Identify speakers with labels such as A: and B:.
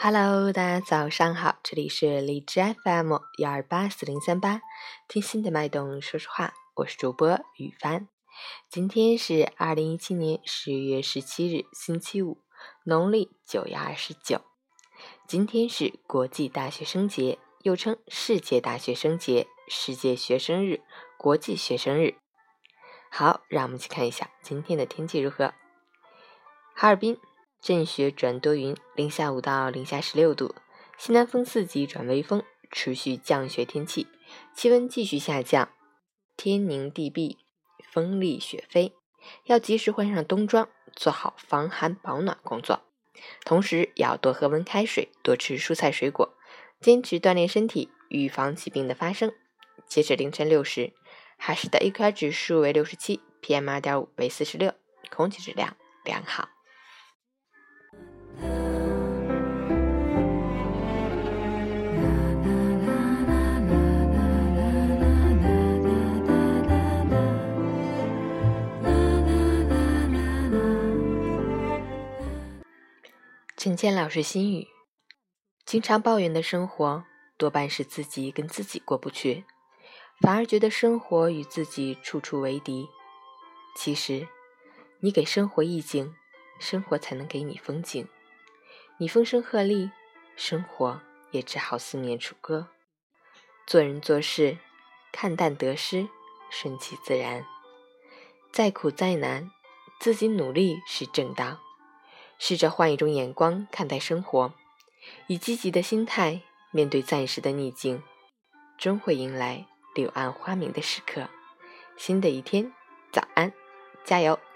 A: Hello， 大家早上好，这里是荔枝 FM1284038，听心的脉动说说话，我是主播雨帆。今天是2017年10月17日，星期五，农历9月29。今天是国际大学生节，又称世界大学生节、世界学生日、国际学生日。好，让我们去看一下今天的天气如何。哈尔滨阵雪转多云，零下5到零下16度，西南风4级转微风，持续降雪天气，气温继续下降，天凝地闭，风力雪飞，要及时换上冬装，做好防寒保暖工作。同时要多喝温开水，多吃蔬菜水果，坚持锻炼身体，预防疾病的发生。截止凌晨6时，哈市的 AQI 指数为67， PM2.5 为46，空气质量良好。陈谦老师心语：经常抱怨的生活，多半是自己跟自己过不去，反而觉得生活与自己处处为敌。其实，你给生活意境，生活才能给你风景。你风声鹤唳，生活也只好四面楚歌。做人做事，看淡得失，顺其自然。再苦再难，自己努力是正道。试着换一种眼光看待生活，以积极的心态面对暂时的逆境，终会迎来柳暗花明的时刻。新的一天，早安，加油！